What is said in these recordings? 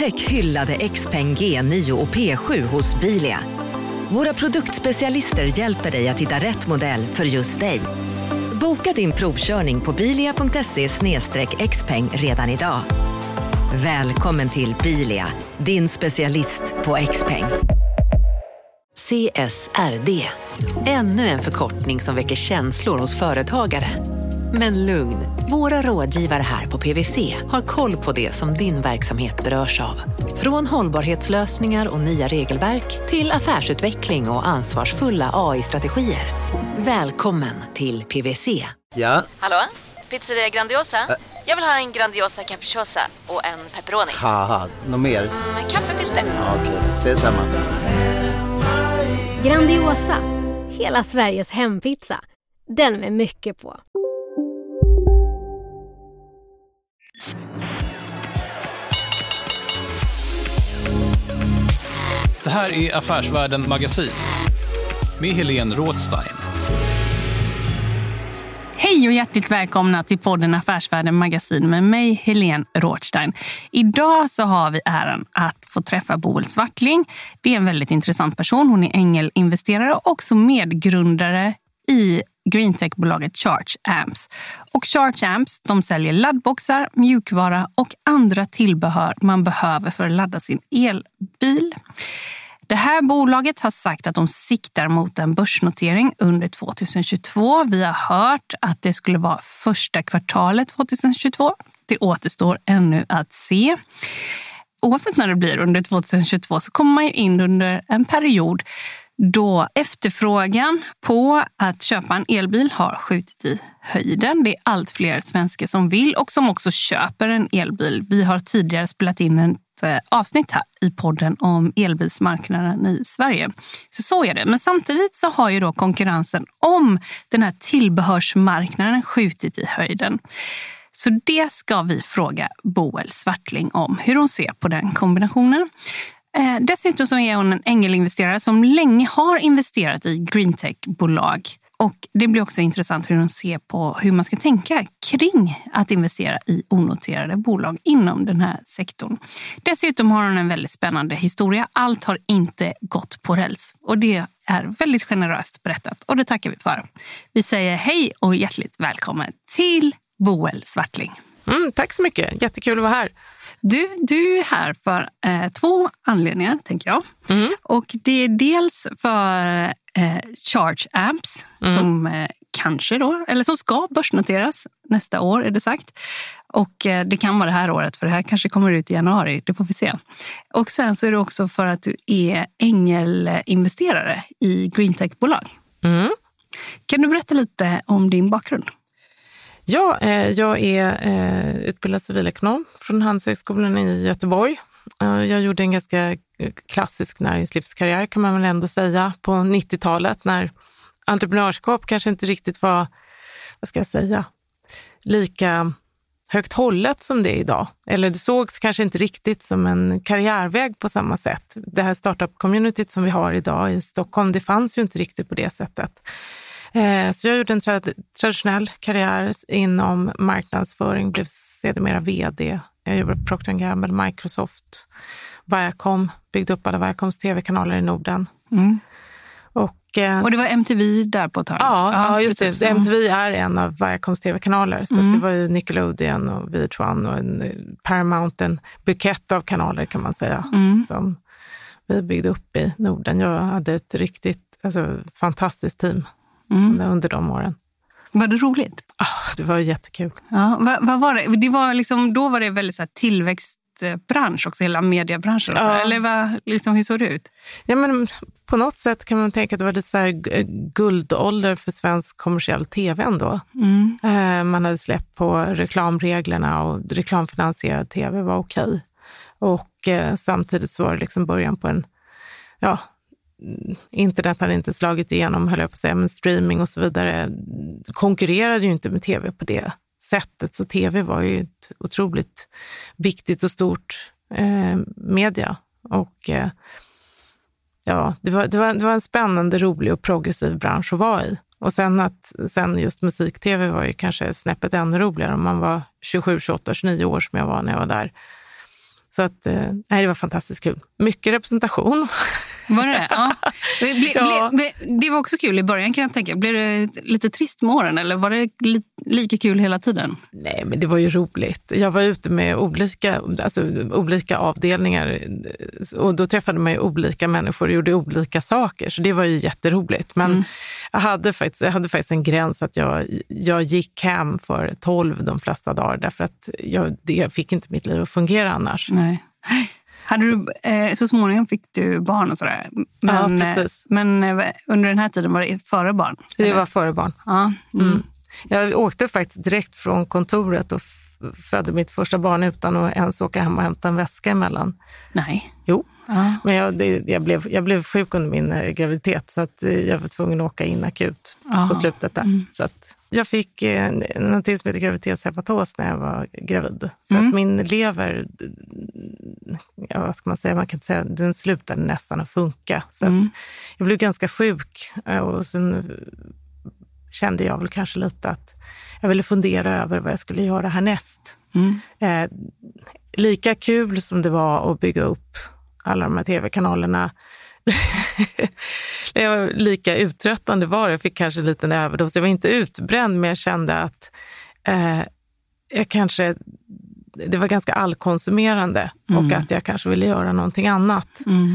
Upptäck hyllade XPeng G9 och P7 hos Bilia. Våra produktspecialister hjälper dig att hitta rätt modell för just dig. Boka din provkörning på bilia.se/xpeng redan idag. Välkommen till Bilia, din specialist på XPeng. CSRD. Ännu en förkortning som väcker känslor hos företagare. Men lugn, våra rådgivare här på PwC har koll på det som din verksamhet berörs av. Från hållbarhetslösningar och nya regelverk till affärsutveckling och ansvarsfulla AI-strategier. Välkommen till PwC. Ja? Hallå? Pizzeria Grandiosa? Jag vill ha en Grandiosa capriciosa och en pepperoni. Haha, något mer? Kaffefilter. Ja, okej, ses samma. Grandiosa, hela Sveriges hempizza. Den med mycket på. Det här är Affärsvärlden Magasin med Helene Rådstein. Hej och hjärtligt välkomna till podden Affärsvärlden Magasin med mig Helene Rådstein. Idag så har vi äran att få träffa Boel Swartling. Det är en väldigt intressant person. Hon är ängelinvesterare och också medgrundare i greentech-bolaget Charge Amps. Och Charge Amps, de säljer laddboxar, mjukvara och andra tillbehör man behöver för att ladda sin elbil. Det här bolaget har sagt att de siktar mot en börsnotering under 2022. Vi har hört att det skulle vara första kvartalet 2022. Det återstår ännu att se. Oavsett när det blir under 2022 så kommer man ju in under en period då efterfrågan på att köpa en elbil har skjutit i höjden. Det är allt fler svenskar som vill och som också köper en elbil. Vi har tidigare spelat in ett avsnitt här i podden om elbilsmarknaden i Sverige. Så är det. Men samtidigt så har ju då konkurrensen om den här tillbehörsmarknaden skjutit i höjden. Så det ska vi fråga Boel Swartling om, hur hon ser på den kombinationen. Dessutom så är hon en ängelinvesterare som länge har investerat i greentech-bolag. Och det blir också intressant hur hon ser på hur man ska tänka kring att investera i onoterade bolag inom den här sektorn. Dessutom har hon en väldigt spännande historia. Allt har inte gått på räls och det är väldigt generöst berättat och det tackar vi för. Vi säger hej och hjärtligt välkommen till Boel Swartling. Tack så mycket, jättekul att vara här. Du är här för två anledningar, tänker jag. Och det är dels för Charge Amps som kanske då, eller som ska börsnoteras nästa år är det sagt. Och det kan vara det här året, för det här kanske kommer ut i januari, det får vi se. Och sen så är det också för att du är ängelinvesterare i greentech-bolag. Kan du berätta lite om din bakgrund? Ja, jag är utbildad civilekonom från Handelshögskolan i Göteborg. Jag gjorde en ganska klassisk näringslivskarriär kan man väl ändå säga på 90-talet när entreprenörskap kanske inte riktigt var, vad ska jag säga, lika högt hållet som det är idag. Eller det sågs kanske inte riktigt som en karriärväg på samma sätt. Det här startup-communityt som vi har idag i Stockholm, det fanns ju inte riktigt på det sättet. Så jag gjorde en traditionell karriär inom marknadsföring, blev sedermera vd. Jag jobbade på Procter & Gamble, Microsoft, Viacom, byggde upp alla Viacoms tv-kanaler i Norden. Och det var MTV där på ett tag? Ja, just det. MTV är en av Viacoms tv-kanaler. Så det var ju Nickelodeon och VH1 och en Paramount, en bukett av kanaler kan man säga, som vi byggde upp i Norden. Jag hade ett riktigt fantastiskt team under de åren. Var det roligt? Det var jättekul. Ja, vad var det? Det var liksom, då var det väldigt så här tillväxtbransch också, hela mediebranschen. Ja. Eller hur såg det ut? Ja, men på något sätt kan man tänka att det var lite så här guldålder för svensk kommersiell tv ändå. Man hade släppt på reklamreglerna och reklamfinansierad tv var okej. Och samtidigt så var det liksom början på en, internet hade inte slagit igenom, höll jag på att säga, men streaming och så vidare konkurrerade ju inte med tv på det sättet. Så tv var ju ett otroligt viktigt och stort media. Och det var en spännande, rolig och progressiv bransch att vara i. Och sen just musik-tv var ju kanske snäppet ännu roligare om man var 27, 28, 29 år som jag var när jag var där. Så att, det var fantastiskt kul. Mycket representation. Var det? Ja. Det var också kul i början kan jag tänka. Blev det lite trist med åren eller var det lika kul hela tiden? Nej, men det var ju roligt. Jag var ute med olika avdelningar och då träffade man ju olika människor och gjorde olika saker. Så det var ju jätteroligt. Men jag hade faktiskt en gräns att jag gick hem för 12 de flesta dagar därför att jag fick inte mitt liv att fungera annars. Nej. Hade du, så småningom fick du barn och sådär. Men, ja, precis. Men under den här tiden var det före barn? Det var före barn. Ja. Jag åkte faktiskt direkt från kontoret och födde mitt första barn utan att ens åka hem och hämta en väska emellan. Nej. Jo, men jag blev sjuk under min graviditet så att jag var tvungen att åka in akut på slutet där. Så att jag fick någonting som heter graviditetshepatos när jag var gravid. Så att min lever, vad ska man säga, man kan inte säga, den slutade nästan att funka. Så att jag blev ganska sjuk och sen kände jag väl kanske lite att jag ville fundera över vad jag skulle göra härnäst. Lika kul som det var att bygga upp alla de här tv-kanalerna. Lika uttröttande var det. Jag fick kanske en liten överdos. Jag var inte utbränd men jag kände att det var ganska allkonsumerande och att jag kanske ville göra någonting annat.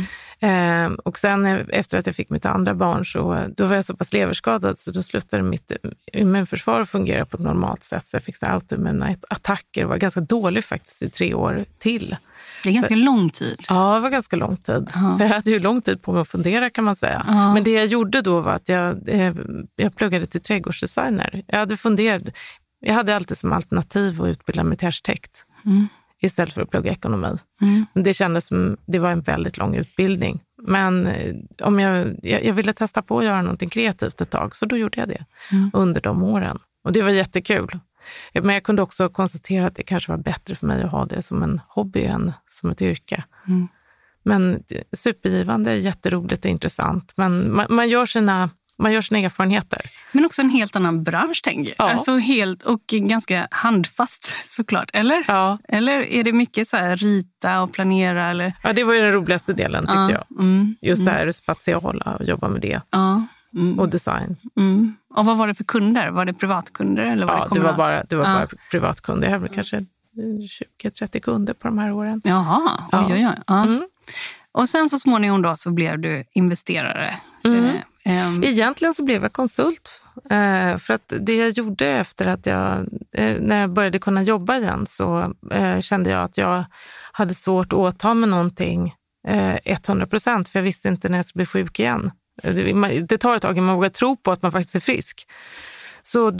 Och sen efter att jag fick mitt andra barn då var jag så pass leverskadad så då slutade mitt immunförsvar fungera på ett normalt sätt så jag fick autoimmuna attacker och var ganska dålig faktiskt i 3 år till. Det är ganska lång tid. Ja, det var ganska lång tid. Så jag hade ju lång tid på mig att fundera kan man säga. Men det jag gjorde då var att jag pluggade till trädgårdsdesigner. Jag hade alltid som alternativ att utbilda mig till arkitekt istället för att plugga ekonomi. Det kändes som det var en väldigt lång utbildning. Men om jag ville testa på att göra någonting kreativt ett tag så då gjorde jag det under de åren. Och det var jättekul. Men jag kunde också konstatera att det kanske var bättre för mig att ha det som en hobby än som ett yrke. Men supergivande, jätteroligt och intressant. Men man gör sina erfarenheter. Men också en helt annan bransch, tänker jag. Ja. Alltså och ganska handfast såklart, eller? Ja. Eller är det mycket så här rita och planera? Eller? Ja, det var ju den roligaste delen tyckte jag. Just det här spatiala och jobba med det. Och design. Och vad var det för kunder? Var det privatkunder? Eller var det var bara privatkunder. Jag hade kanske 20-30 kunder på de här åren. Jaha, oj. Och sen så småningom då så blev du investerare. Egentligen så blev jag konsult. För att det jag gjorde efter att när jag började kunna jobba igen så kände jag att jag hade svårt att åta mig någonting 100% för jag visste inte när jag skulle bli sjuk igen. Det tar ett tag innan man vågar tro på att man faktiskt är frisk. Så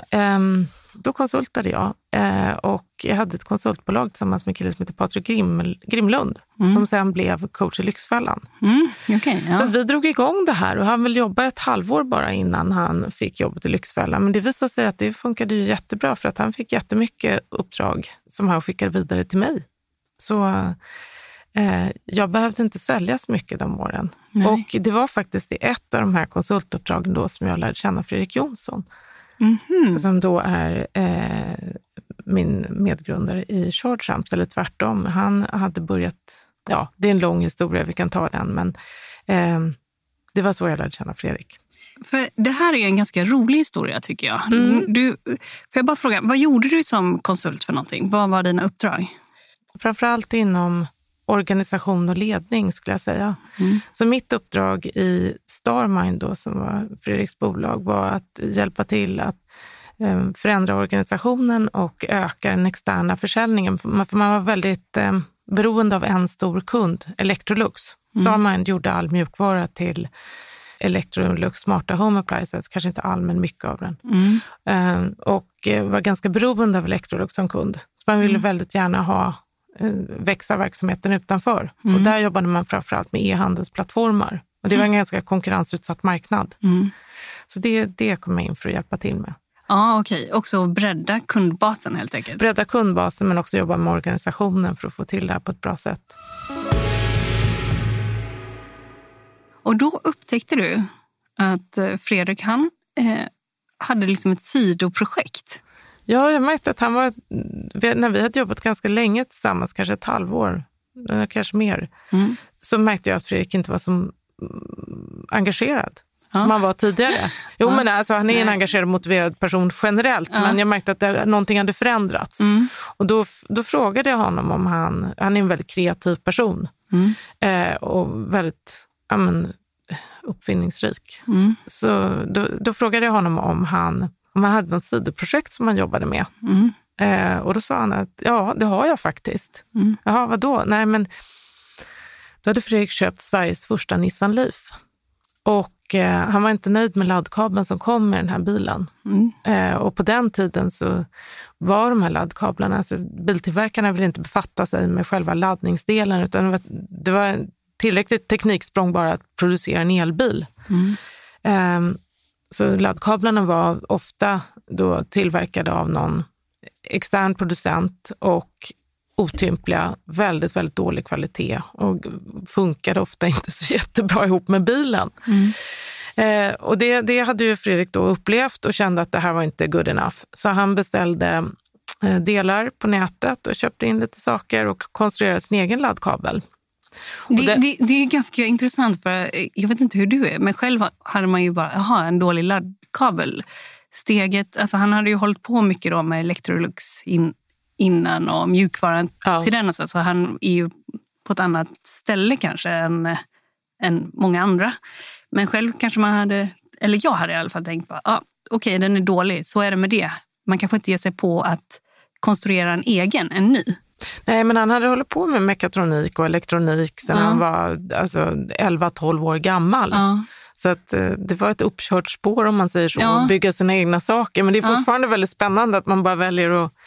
då konsultade jag och jag hade ett konsultbolag tillsammans med en kille som heter Patrik Grimlund som sen blev coach i Lyxfällan. Så att vi drog igång det här och han ville jobba ett halvår bara innan han fick jobbet i Lyxfällan. Men det visade sig att det funkade ju jättebra för att han fick jättemycket uppdrag som han skickade vidare till mig. Så jag behövde inte sälja så mycket de åren. Nej. Och det var faktiskt i ett av de här konsultuppdragen då som jag lärde känna Fredrik Jonsson. Som då är min medgrundare i Shortjumps, eller tvärtom. Han hade börjat, det är en lång historia, vi kan ta den, men det var så jag lärde känna Fredrik. För det här är en ganska rolig historia tycker jag. Får jag bara fråga, vad gjorde du som konsult för någonting? Vad var dina uppdrag? Framförallt inom organisation och ledning skulle jag säga. Så mitt uppdrag i Starmind då, som var Fredriks bolag, var att hjälpa till att förändra organisationen och öka den externa försäljningen. För man var väldigt beroende av en stor kund, Electrolux. Starmind gjorde all mjukvara till Electrolux smarta home appliances, kanske inte all men mycket av den. Och var ganska beroende av Electrolux som kund. Så man ville väldigt gärna växa verksamheten utanför. Och där jobbade man framförallt med e-handelsplattformar. Och det var en ganska konkurrensutsatt marknad. Så det kom jag in för att hjälpa till med. Ja, okej. Också bredda kundbasen helt enkelt. Bredda kundbasen men också jobba med organisationen för att få till det här på ett bra sätt. Och då upptäckte du att Fredrik hade liksom ett sidoprojekt. Ja, jag märkte att han var, när vi hade jobbat ganska länge tillsammans, kanske ett halvår, kanske mer, så märkte jag att Fredrik inte var så engagerad som han var tidigare. Jo, men alltså, han är en engagerad, motiverad person generellt, men jag märkte att någonting hade förändrats. Och då frågade jag honom om han är en väldigt kreativ person och väldigt uppfinningsrik. Så då frågade jag honom om han hade något sidoprojekt som han jobbade med. Och då sa han att ja, det har jag faktiskt. Jaha, vadå? Nej, men då hade Fredrik köpt Sveriges första Nissan Leaf. Och han var inte nöjd med laddkabeln som kom med den här bilen. Och på den tiden så var de här laddkablarna, alltså biltillverkarna ville inte befatta sig med själva laddningsdelen, utan det var tillräckligt tekniksprång bara att producera en elbil. Så laddkablarna var ofta då tillverkade av någon extern producent och otympliga, väldigt, väldigt dålig kvalitet och funkade ofta inte så jättebra ihop med bilen. Och det hade ju Fredrik då upplevt och kände att det här var inte good enough. Så han beställde delar på nätet och köpte in lite saker och konstruerade sin egen laddkabel. Det är ganska intressant, för jag vet inte hur du är, men själv hade man ju bara en dålig laddkabel. Steget, alltså han hade ju hållit på mycket då med Electrolux innan och mjukvaran till den. Så han är ju på ett annat ställe kanske än många andra. Men själv kanske man hade, eller jag hade i alla fall tänkt på, okej, den är dålig, så är det med det. Man kanske inte ger sig på att konstruera en ny. Nej, men han hade hållit på med mekatronik och elektronik sedan han var 11-12 år gammal. Så att det var ett uppkört spår, om man säger så, att bygga sina egna saker. Men det är fortfarande väldigt spännande att man bara väljer att...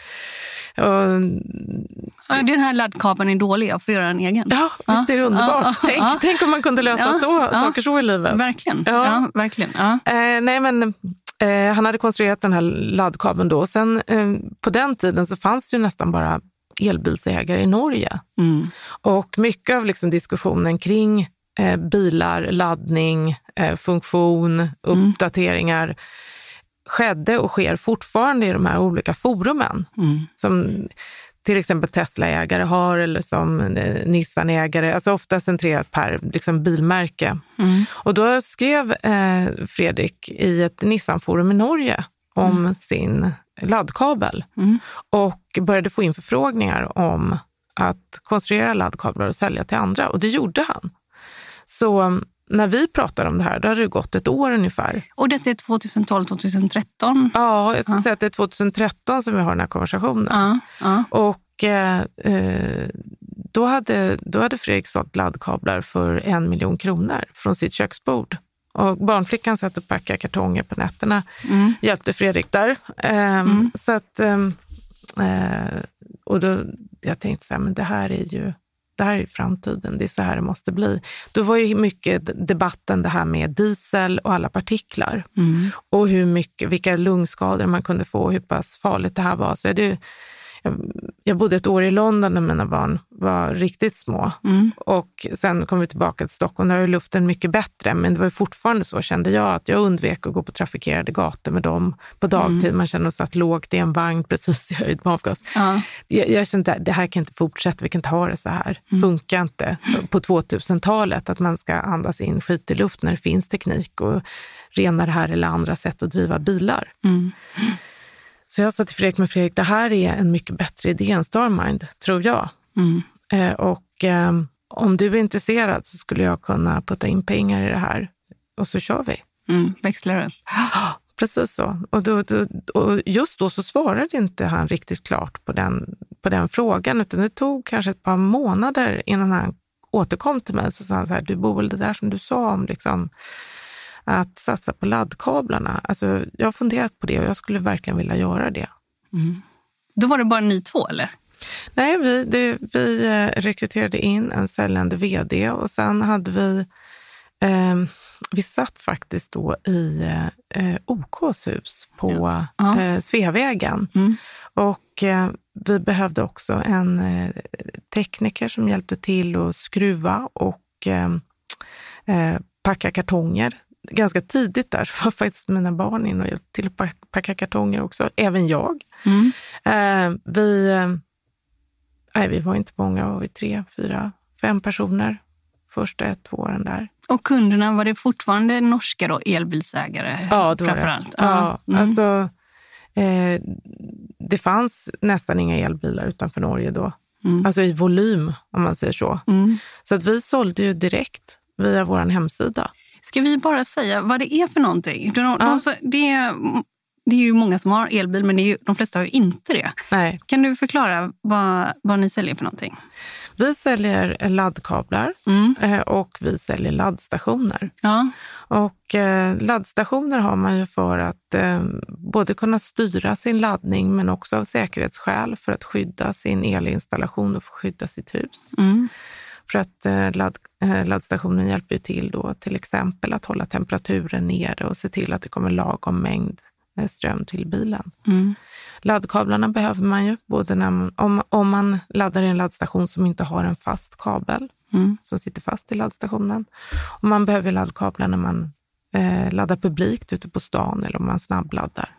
Den här laddkabeln är dålig, jag får göra en egen. Ja, visst är det underbart. Tänk om man kunde lösa saker så i livet. Verkligen. Verkligen. Nej, men han hade konstruerat den här laddkabeln då. Sen på den tiden så fanns det ju nästan bara elbilsägare i Norge. Och mycket av liksom diskussionen kring bilar, laddning, funktion, uppdateringar skedde och sker fortfarande i de här olika forumen. Som till exempel Tesla-ägare har, eller som Nissan-ägare, alltså ofta centrerat per liksom bilmärke. Och då skrev Fredrik i ett Nissan-forum i Norge om sin laddkabel och började få in förfrågningar om att konstruera laddkablar och sälja till andra, och det gjorde han. Så när vi pratar om det här, då har det gått ett år ungefär. Och detta är 2012-2013? Ja, jag skulle säga att det är 2013 som vi har den här konversationen. Och då hade Fredrik sålt laddkablar för 1 miljon kronor från sitt köksbord. Och barnflickan satt och packade kartonger på nätterna. Hjälpte Fredrik där. Så att, och då jag tänkte så här, men det här är ju framtiden, det är så här det måste bli. Då var ju mycket debatten det här med diesel och alla partiklar. Och vilka lungskador man kunde få, hur pass farligt det här var. Så jag bodde ett år i London när mina barn var riktigt små. Och sen kom vi tillbaka till Stockholm. Där är luften mycket bättre, men det var ju fortfarande så, kände jag, att jag undvek att gå på trafikerade gator med dem på dagtid. Man kände sig satt lågt i en vagn precis i höjd på avgas. Jag kände att det här kan inte fortsätta, vi kan inte ha det så här. Funkar inte på 2000-talet att man ska andas in skit i luft när det finns teknik och rena det här eller andra sätt att driva bilar. Så jag sa till Fredrik, det här är en mycket bättre idé än Starmind, tror jag. Och om du är intresserad så skulle jag kunna putta in pengar i det här. Och så kör vi. Växlar upp. Precis så. Och just då så svarade inte han riktigt klart på den frågan. Utan det tog kanske ett par månader innan han återkom till mig. Så sa han så här, du Boel, det där som du sa om liksom... att satsa på laddkablarna. Alltså, jag har funderat på det och jag skulle verkligen vilja göra det. Då var det bara ni två, eller? Nej, vi rekryterade in en säljande vd och sen hade vi satt faktiskt då i OKs hus på Sveavägen. Och vi behövde också en tekniker som hjälpte till att skruva och packa kartonger. Ganska tidigt där så var faktiskt mina barn in och hjälpte till att packa kartonger också. Även jag. vi var inte många, var vi 3, 4, 5 personer första 1-2 åren där. Och kunderna, var det fortfarande norska då, elbilsägare? Ja, det var framförallt? det. Ja, alltså det fanns nästan inga elbilar utanför Norge då. Alltså i volym, om man säger så. Så att vi sålde ju direkt via vår hemsida. Ska vi bara säga vad det är för någonting? Det är ju många som har elbil, men de flesta har ju inte det. Nej. Kan du förklara vad ni säljer för någonting? Vi säljer laddkablar och vi säljer laddstationer. Ja. Och laddstationer har man ju för att både kunna styra sin laddning, men också av säkerhetsskäl för att skydda sin elinstallation och skydda sitt hus. För att laddstationen hjälper ju till då till exempel att hålla temperaturen nere och se till att det kommer lagom mängd ström till bilen. Laddkablarna behöver man ju både om man laddar i en laddstation som inte har en fast kabel som sitter fast i laddstationen. Och man behöver laddkablar när man laddar publikt ute på stan eller om man snabbladdar.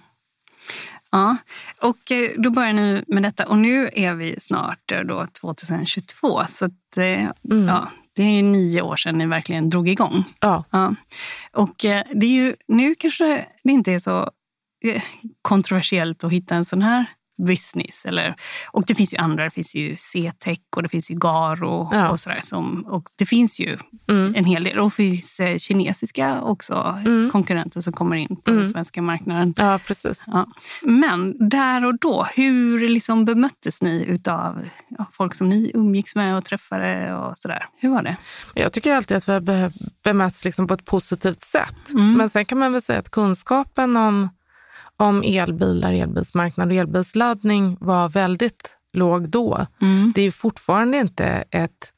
Ja, och då börjar ni med detta och nu är vi snart då 2022 så att, det är 9 år sedan ni verkligen drog igång. Ja. Och det är ju, nu kanske det inte är så kontroversiellt att hitta en sån här business. Och det finns ju andra, det finns ju C-tech och det finns ju Garo och sådär. Och det finns ju en hel del. Och det finns kinesiska också konkurrenter som kommer in på den svenska marknaden. Ja, precis. Ja. Men där och då, hur liksom bemöttes ni utav folk som ni umgicks med och träffade och sådär? Hur var det? Jag tycker alltid att vi har bemötts liksom på ett positivt sätt. Men sen kan man väl säga att kunskapen om elbilar, elbilsmarknad och elbilsladdning var väldigt låg då. Det är ju fortfarande inte ett,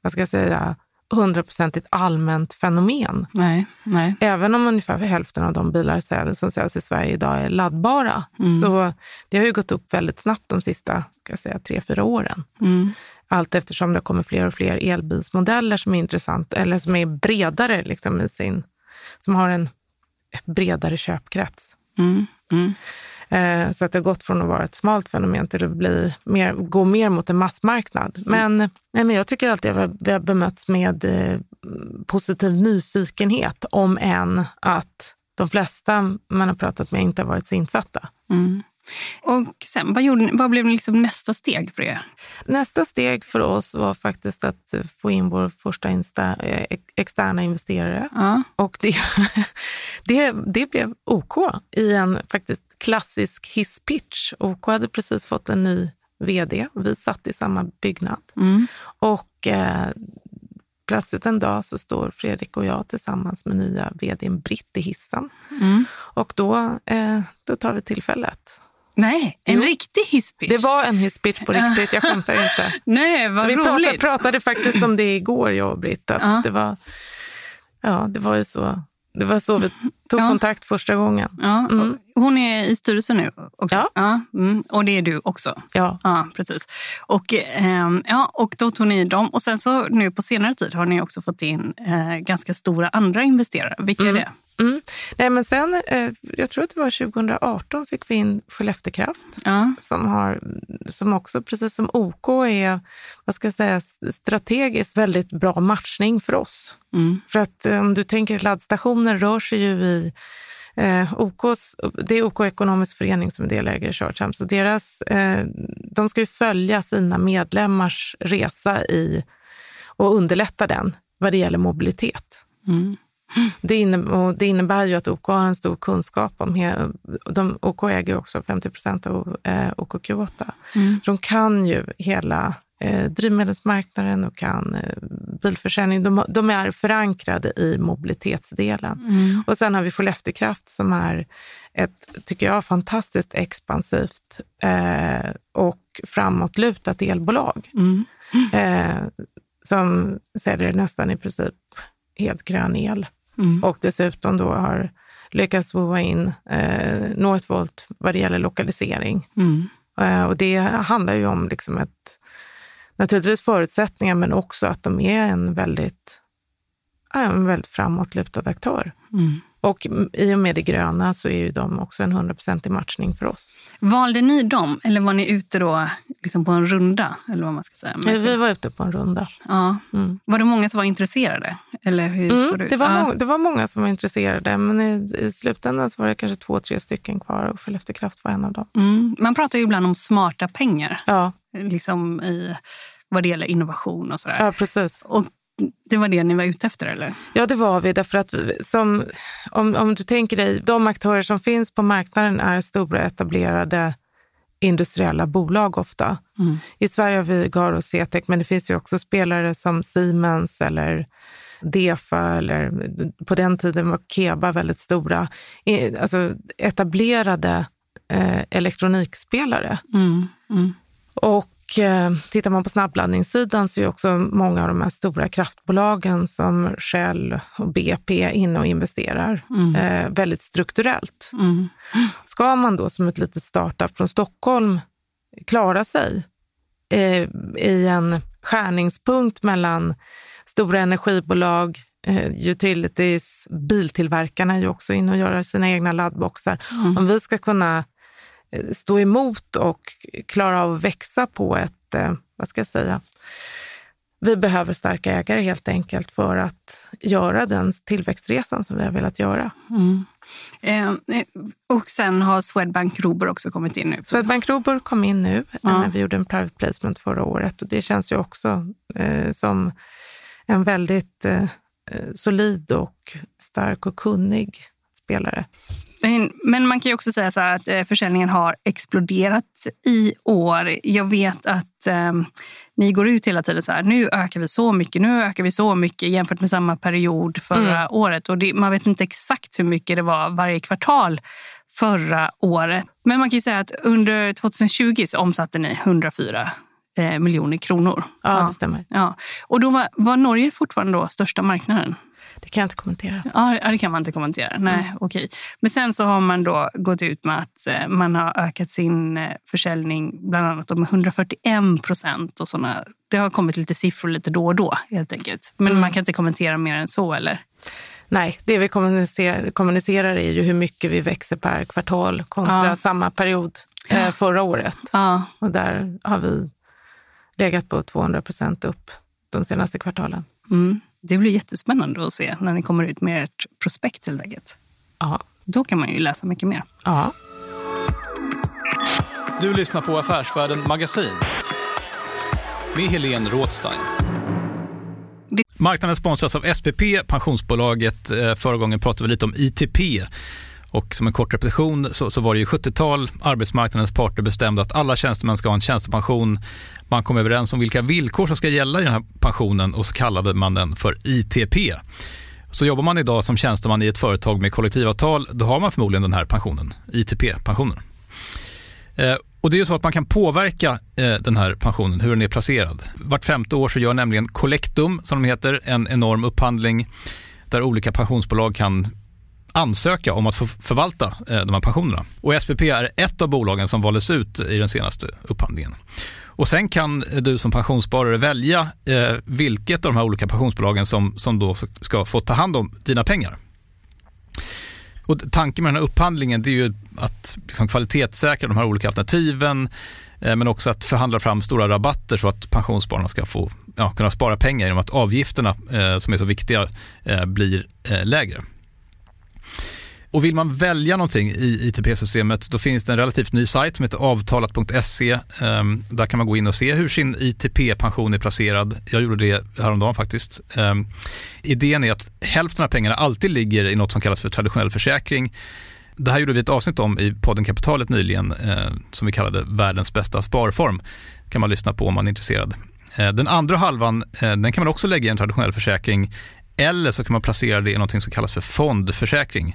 100% allmänt fenomen. Nej. Även om ungefär hälften av de bilar som säljs i Sverige idag är laddbara. Så det har ju gått upp väldigt snabbt de sista 3-4 åren. Allt eftersom det kommer fler och fler elbilsmodeller som är intressant eller som är bredare liksom som har en bredare köpkrets. Så att det har gått från att vara ett smalt fenomen till att gå mer mot en massmarknad. Men jag tycker alltid att vi har bemötts med positiv nyfikenhet om än att de flesta man har pratat med inte har varit så insatta. Och sen, vad blev liksom nästa steg för er? Nästa steg för oss var faktiskt att få in vår första externa investerare. Och det blev OK i en faktiskt klassisk hisspitch. OK hade precis fått en ny vd. Vi satt i samma byggnad. Och plötsligt en dag så står Fredrik och jag tillsammans med nya vdn Britt i hissen. Och då tar vi tillfället. Nej, en riktig hisspitch. Det var en hisspitch på riktigt, jag skämtar inte. Nej, vad roligt. Vi pratade faktiskt om det igår, jag och Britt. Att det var ju så. Det var så vi tog kontakt första gången. Ja, hon är i styrelsen nu också. Ja. Och det är du också. Ja, precis. Och då tog ni dem. Och sen så nu på senare tid har ni också fått in ganska stora andra investerare. Vilka är det? Nej, men sen, jag tror att det var 2018 fick vi in Skelleftekraft som också, precis som OK, är strategiskt väldigt bra matchning för oss. För att om du tänker laddstationer rör sig ju i det är OK Ekonomisk förening som är delägare i Chargeham, så de ska ju följa sina medlemmars resa och underlätta den vad det gäller mobilitet. Det innebär ju att OK har en stor kunskap om OK äger också 50% av OKQ8. De kan ju hela drivmedelsmarknaden och kan bilförsäljning. De är förankrade i mobilitetsdelen. Och sen har vi Skelleftekraft som är ett, tycker jag, fantastiskt expansivt och framåtlutat elbolag. Som säljer nästan i princip helt grön el. Och dessutom då har lyckats vova in Northvolt vad det gäller lokalisering. Och det handlar ju om liksom naturligtvis förutsättningar, men också att de är en väldigt framåtlutad aktör. Och i och med det gröna så är ju de också en 100% matchning för oss. Valde ni dem eller var ni ute då liksom på en runda? Eller vad man ska säga? Vi var ute på en runda. Ja. Var det många som var intresserade? Eller hur såg det ut? Det var många som var intresserade, men i slutändan så var det kanske 2-3 stycken kvar och För Löfte Kraft var en av dem. Man pratar ju ibland om smarta pengar. Ja. Liksom i vad det gäller innovation och sådär. Ja, precis. Och det var det ni var ute efter, eller? Ja, det var vi. Därför att om du tänker dig, de aktörer som finns på marknaden är stora etablerade industriella bolag ofta. I Sverige har vi Garo och CTEC, men det finns ju också spelare som Siemens eller Defa, eller på den tiden var Keba väldigt stora. Alltså etablerade elektronikspelare. Och tittar man på snabbladdningssidan så är också många av de här stora kraftbolagen som Shell och BP inne och investerar väldigt strukturellt. Ska man då som ett litet startup från Stockholm klara sig i en skärningspunkt mellan stora energibolag, utilities, biltillverkarna är ju också inne och göra sina egna laddboxar. Om vi ska kunna stå emot och klara av att växa på ett, vi behöver starka ägare helt enkelt för att göra den tillväxtresan som vi har velat göra. Och sen har Swedbank Robur också kommit in nu. Swedbank Robur kom in nu när vi gjorde en private placement förra året, och det känns ju också som en väldigt solid och stark och kunnig spelare. Men man kan ju också säga så här att försäljningen har exploderat i år. Jag vet att ni går ut hela tiden så här, nu ökar vi så mycket jämfört med samma period förra året. Och man vet inte exakt hur mycket det var varje kvartal förra året. Men man kan ju säga att under 2020 så omsatte ni 104 miljoner kronor. Ja, det stämmer. Ja. Och då var Norge fortfarande då största marknaden? Det kan jag inte kommentera. Ja, det kan man inte kommentera. Nej, okej. Men sen så har man då gått ut med att man har ökat sin försäljning bland annat med 141% och sådana. Det har kommit lite siffror lite då och då helt enkelt. Men man kan inte kommentera mer än så, eller? Nej, det vi kommunicerar är ju hur mycket vi växer per kvartal kontra samma period förra året. Ja. Och där har vi legat på 200% upp de senaste kvartalen. Det blir jättespännande att se när ni kommer ut med ert prospekt helt enkelt. Ja. Då kan man ju läsa mycket mer. Ja. Du lyssnar på Affärsvärlden Magasin med Helene Rådstein. Marknaden sponsras av SPP, pensionsbolaget. Förra gången pratade vi lite om ITP. Och som en kort repetition så var det ju 70-tal. Arbetsmarknadens parter bestämde att alla tjänstemän ska ha en tjänstepension. Man kom överens om vilka villkor som ska gälla i den här pensionen och så kallade man den för ITP. Så jobbar man idag som tjänsteman i ett företag med kollektivavtal, då har man förmodligen den här pensionen, ITP-pensionen. Och det är ju så att man kan påverka den här pensionen, hur den är placerad. Vart 5:e år så gör nämligen Collectum, som de heter, en enorm upphandling där olika pensionsbolag kan ansöka om att få förvalta de här pensionerna. Och SPP är ett av bolagen som valdes ut i den senaste upphandlingen. Och sen kan du som pensionssparare välja vilket av de här olika pensionsbolagen som då ska få ta hand om dina pengar. Och tanken med den här upphandlingen, det är ju att liksom kvalitetssäkra de här olika alternativen, men också att förhandla fram stora rabatter så att pensionsspararna ska få kunna spara pengar genom att avgifterna som är så viktiga blir lägre. Och vill man välja någonting i ITP-systemet, då finns det en relativt ny sajt som heter avtalat.se. Där kan man gå in och se hur sin ITP-pension är placerad. Jag gjorde det häromdagen faktiskt. Idén är att hälften av pengarna alltid ligger i något som kallas för traditionell försäkring. Det här gjorde vi ett avsnitt om i podden Kapitalet nyligen som vi kallade världens bästa sparform. Kan man lyssna på om man är intresserad. Den andra halvan, den kan man också lägga i en traditionell försäkring, eller så kan man placera det i något som kallas för fondförsäkring.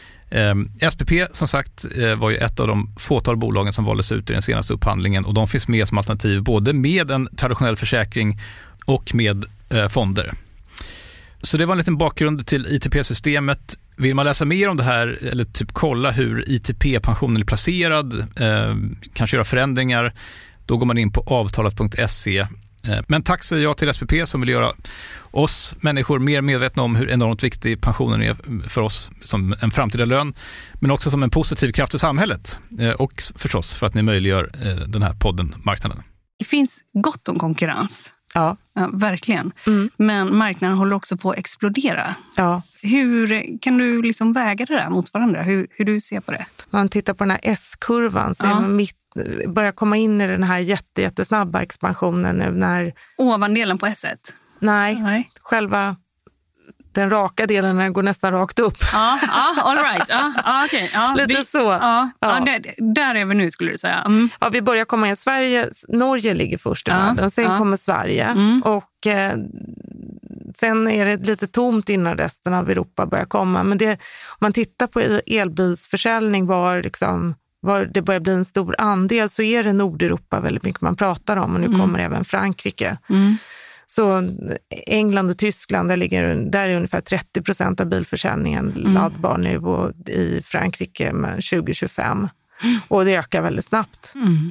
SPP som sagt var ju ett av de fåtal bolagen som valdes ut i den senaste upphandlingen, och de finns med som alternativ både med en traditionell försäkring och med fonder. Så det var en liten bakgrund till ITP-systemet. Vill man läsa mer om det här eller typ kolla hur ITP-pensionen är placerad, kanske göra förändringar, då går man in på avtalat.se. Men tack säger jag till SPP som vill göra oss människor mer medvetna om hur enormt viktig pensionen är för oss som en framtida lön, men också som en positiv kraft i samhället. Och förstås för att ni möjliggör den här podden Marknaden. Det finns gott om konkurrens. Ja, verkligen. Men marknaden håller också på att explodera. Ja. Hur kan du liksom väga det där mot varandra? Hur du ser på det? Om man tittar på den här S-kurvan så är man börjar komma in i den här jättesnabba expansionen nu när... Ovandelen på S1? Nej. Själva den raka delen när den går nästan rakt upp. Ja, all right. Okay. Lite så. Ja. Där är vi nu skulle du säga. Ja, vi börjar komma in. Norge ligger först i världen. Sen kommer Sverige. Och sen är det lite tomt innan resten av Europa börjar komma. Men om man tittar på elbilsförsäljning var det börjar bli en stor andel, så är det Nordeuropa väldigt mycket man pratar om. Och nu kommer även Frankrike. Så England och Tyskland, där är ungefär 30% av bilförsäljningen laddbar nu, och i Frankrike med 2025. Och det ökar väldigt snabbt.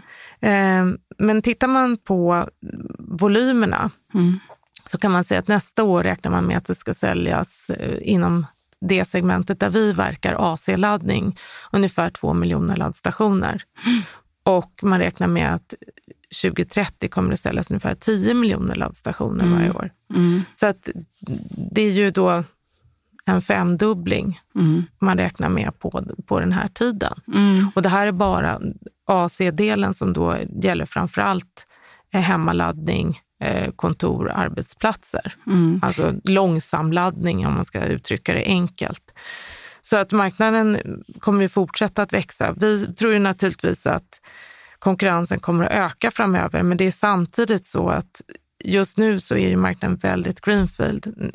Men tittar man på volymerna så kan man säga att nästa år räknar man med att det ska säljas inom det segmentet där vi verkar, AC-laddning, ungefär 2 miljoner laddstationer. Och man räknar med att 2030 kommer det säljas ungefär 10 miljoner laddstationer varje år. Så att det är ju då en 5-dubbling man räknar med på den här tiden. Och det här är bara AC-delen som då gäller framförallt hemmaladdning, kontor, arbetsplatser. Alltså långsamladdning om man ska uttrycka det enkelt. Så att marknaden kommer ju fortsätta att växa. Vi tror ju naturligtvis att konkurrensen kommer att öka framöver, men det är samtidigt så att just nu så är ju marknaden väldigt greenfield.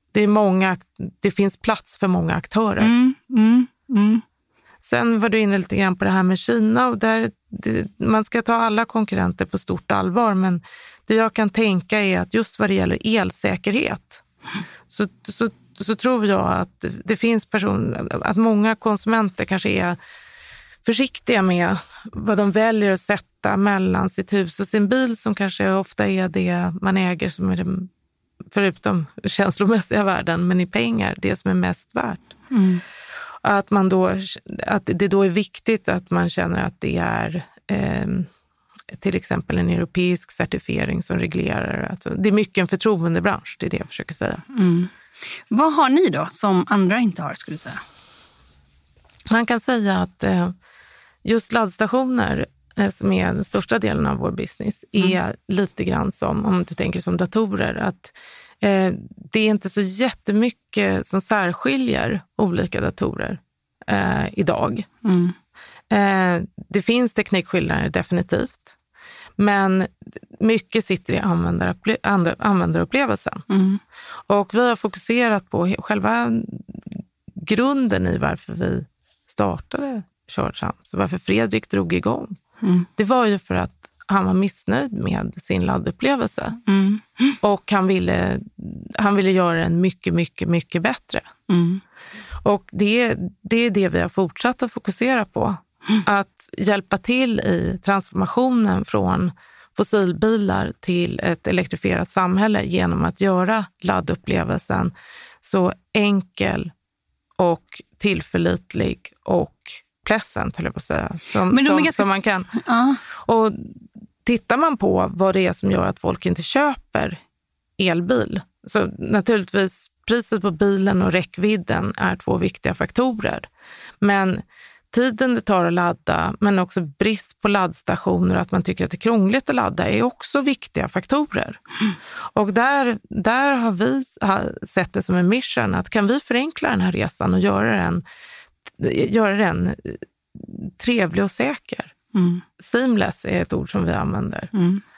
Det finns plats för många aktörer. Sen var du inne lite grann på det här med Kina, och man ska ta alla konkurrenter på stort allvar, men det jag kan tänka är att just vad det gäller elsäkerhet så tror jag att det finns att många konsumenter kanske är försiktiga med vad de väljer att sätta mellan sitt hus och sin bil, som kanske ofta är det man äger som är det, förutom känslomässiga värden, men i pengar, det som är mest värt. Att det då är viktigt att man känner att det är till exempel en europeisk certifiering som reglerar. Alltså, det är mycket en förtroendebransch, det är det jag försöker säga. Vad har ni då som andra inte har, skulle du säga? Man kan säga att just laddstationer, som är den största delen av vår business, är lite grann som, om du tänker som datorer, att det är inte så jättemycket som särskiljer olika datorer idag. Det finns teknikskillnader definitivt, men mycket sitter i användarupplevelsen. Och vi har fokuserat på själva grunden i varför vi startade ChargeAmps, så varför Fredrik drog igång. Det var ju för att han var missnöjd med sin laddupplevelse. Och han ville göra den mycket, mycket, mycket bättre. Och det är det vi har fortsatt att fokusera på. Att hjälpa till i transformationen från fossilbilar till ett elektrifierat samhälle genom att göra laddupplevelsen så enkel och tillförlitlig och pleasant, höll jag på att säga, som man kan. Och tittar man på vad det är som gör att folk inte köper elbil, så naturligtvis priset på bilen och räckvidden är 2 viktiga faktorer. Men tiden det tar att ladda, men också brist på laddstationer och att man tycker att det är krångligt att ladda är också viktiga faktorer. Och där har vi sett det som en mission, att kan vi förenkla den här resan och göra den trevlig och säker. Seamless är ett ord som vi använder.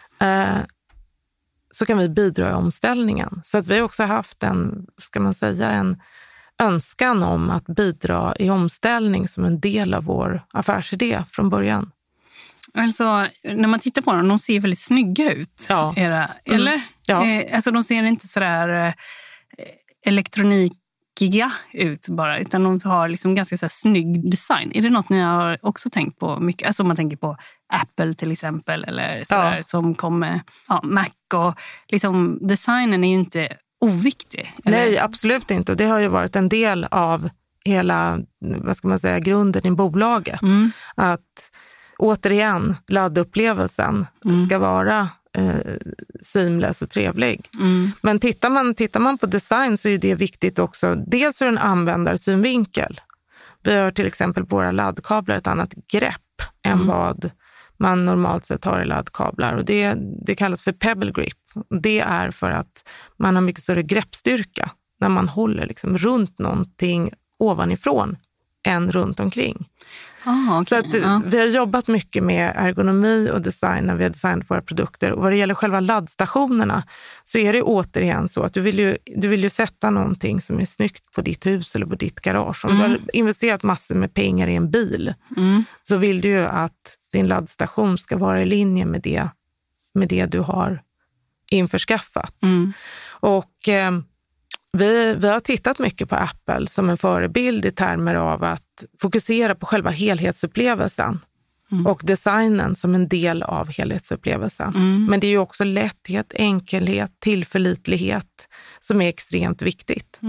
Så kan vi bidra i omställningen. Så att vi också haft en önskan om att bidra i omställning som en del av vår affärsidé från början. Alltså, när man tittar på dem, de ser väldigt snygga ut. Ja. Eller? Ja. Alltså, de ser inte sådär elektronikiga ut bara, utan de har liksom ganska så här snygg design. Är det något ni har också tänkt på mycket? Alltså om man tänker på Apple till exempel eller sådär, som kommer Mac och liksom designen är ju inte oviktig. Eller? Nej, absolut inte. Och det har ju varit en del av hela, vad ska man säga, grunden i bolaget. Att återigen, laddupplevelsen ska vara seamless och trevlig. Men tittar man på design så är det viktigt också. Dels ur en användarsynvinkel. Vi har till exempel på våra laddkablar ett annat grepp än vad man normalt sett har i laddkablar. Och det kallas för pebble grip. Det är för att man har mycket större greppstyrka när man håller liksom runt någonting ovanifrån än runt omkring. Okay. Så att vi har jobbat mycket med ergonomi och design när vi har designat våra produkter. Och vad det gäller själva laddstationerna så är det återigen så att du vill ju sätta någonting som är snyggt på ditt hus eller på ditt garage. Om du har investerat massor med pengar i en bil så vill du ju att din laddstation ska vara i linje med det du har införskaffat. Och vi har tittat mycket på Apple som en förebild i termer av att fokusera på själva helhetsupplevelsen och designen som en del av helhetsupplevelsen. Men det är ju också lätthet, enkelhet, tillförlitlighet som är extremt viktigt.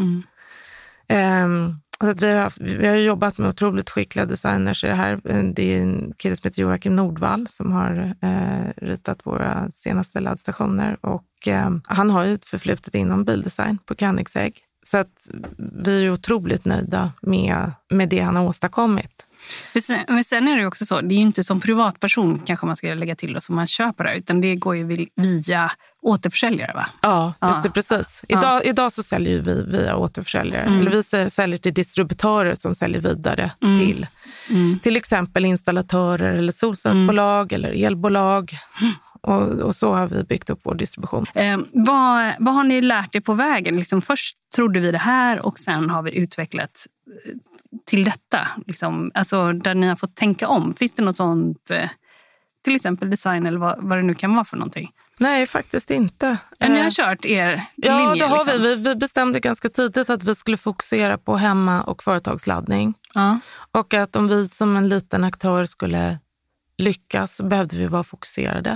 Så att vi har jobbat med otroligt skickliga designers i det här. Det är en kille som heter Joakim Nordvall som har ritat våra senaste laddstationer och han har ju ett förflutet inom bildesign på Koenigsegg. Så att vi är otroligt nöjda med det han har åstadkommit. Men sen är det ju också så, det är ju inte som privatperson kanske man ska lägga till det som man köper det, utan det går ju via återförsäljare, va? Ja, just det, precis. Idag så säljer vi via återförsäljare. Eller vi säljer till distributörer som säljer vidare till exempel installatörer eller solcellsbolag eller elbolag. Och så har vi byggt upp vår distribution. Vad har ni lärt er på vägen? Liksom först trodde vi det här och sen har vi utvecklat till detta. Liksom, alltså där ni har fått tänka om. Finns det något sånt, till exempel design eller vad det nu kan vara för någonting? Nej, faktiskt inte. Ni har kört er linje? Ja, det har liksom. vi. Vi bestämde ganska tidigt att vi skulle fokusera på hemma- och företagsladdning. Och att om vi som en liten aktör skulle lyckas så behövde vi vara fokuserade.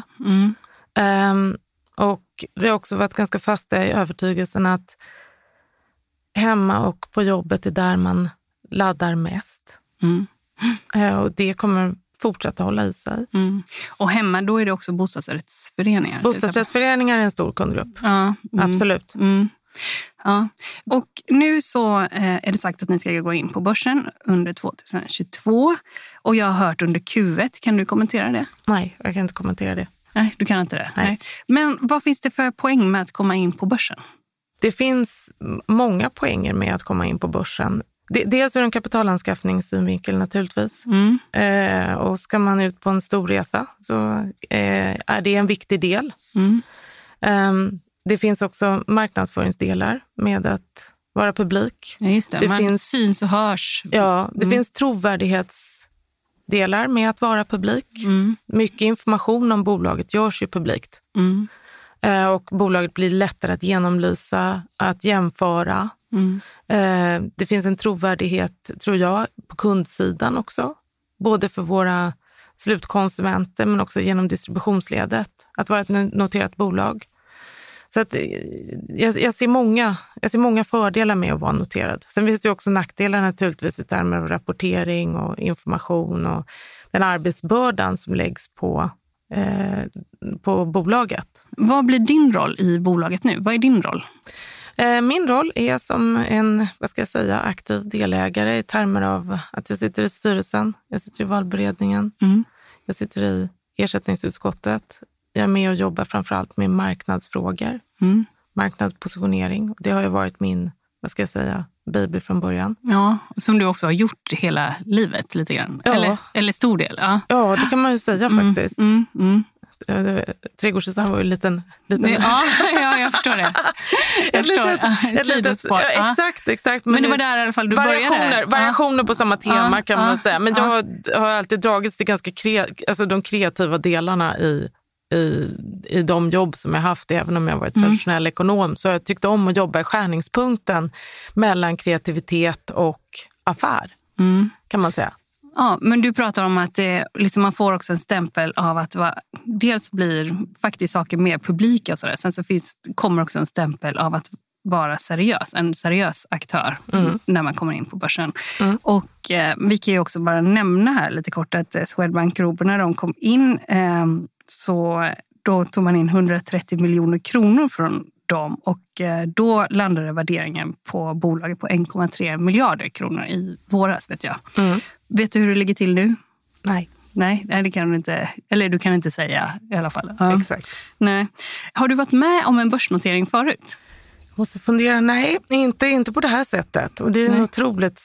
Och vi har också varit ganska fasta i övertygelsen att hemma och på jobbet är där man laddar mest. Och det kommer fortsätta hålla i sig. Och hemma, då är det också bostadsrättsföreningar? Bostadsrättsföreningar är en stor kundgrupp. Absolut. Ja. Och nu så är det sagt att ni ska gå in på börsen under 2022. Och jag har hört under Q1. Kan du kommentera det? Nej, jag kan inte kommentera det. Nej, du kan inte det? Nej. Men vad finns det för poäng med att komma in på börsen? Det finns många poänger med att komma in på börsen. Dels ur en kapitalanskaffningssynvinkel naturligtvis. Och ska man ut på en stor resa så är det en viktig del. Det finns också marknadsföringsdelar med att vara publik. Ja, just det. Det man finns, syns och hörs. Ja, det finns trovärdighetsdelar med att vara publik. Mycket information om bolaget görs ju publikt. Och bolaget blir lättare att genomlysa, att jämföra. Det finns en trovärdighet, tror jag, på kundsidan också. Både för våra slutkonsumenter men också genom distributionsledet. Att vara ett noterat bolag. Så att jag ser många fördelar med att vara noterad. Sen finns det också nackdelar naturligtvis i termer av rapportering och information och den arbetsbördan som läggs på bolaget. Vad blir din roll i bolaget nu? Vad är din roll? Min roll är som en, aktiv delägare i termer av att jag sitter i styrelsen, jag sitter i valberedningen, jag sitter i ersättningsutskottet. Jag är med och jobbar framförallt med marknadsfrågor, marknadspositionering. Det har ju varit min, baby från början. Ja, som du också har gjort hela livet lite grann. Ja. Eller stor del. Ja, det kan man ju säga faktiskt. Trädgårdsdesign var ju liten... Ja, jag förstår det. Jag förstår. Exakt. Men det var där i alla fall du började. Variationer på samma tema kan man säga. Men jag har alltid dragits till ganska de kreativa delarna i de jobb som jag haft, även om jag varit traditionell ekonom. Så jag tyckte om att jobba i skärningspunkten mellan kreativitet och affär, kan man säga. Ja, men du pratar om att det, liksom man får också en stämpel av att dels blir faktiskt saker mer publika och sådär. Sen så kommer också en stämpel av att vara seriös, en seriös aktör när man kommer in på börsen. Och vi kan ju också bara nämna här lite kort att Swedbank Group, när de kom in så då tog man in 130 miljoner kronor från dem och då landade värderingen på bolaget på 1,3 miljarder kronor i våras, vet jag. Vet du hur det ligger till nu? Nej, det kan du inte, eller du kan inte säga i alla fall. Ja. Exakt. Nej. Har du varit med om en börsnotering förut? Jag måste fundera, nej, inte på det här sättet. Och det är en otroligt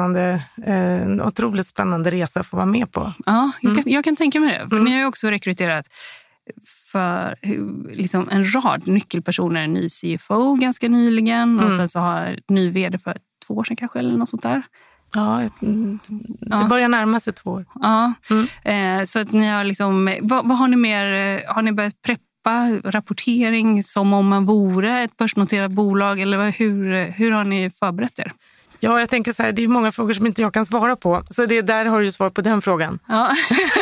spännande resa att få vara med på. Ja, jag kan tänka mig det. För ni har ju också rekryterat för liksom en rad nyckelpersoner, en ny CFO ganska nyligen och sen så har ny vd för 2 år sedan kanske eller något sånt där. Ja, det börjar närma sig 2 år. Ja, så att ni har liksom, vad har ni mer, har ni börjat preppa rapportering som om man vore ett börsnoterat bolag eller hur har ni förberett er? Ja, jag tänker så här, det är många frågor som inte jag kan svara på. Så där har du svar på den frågan. Ja.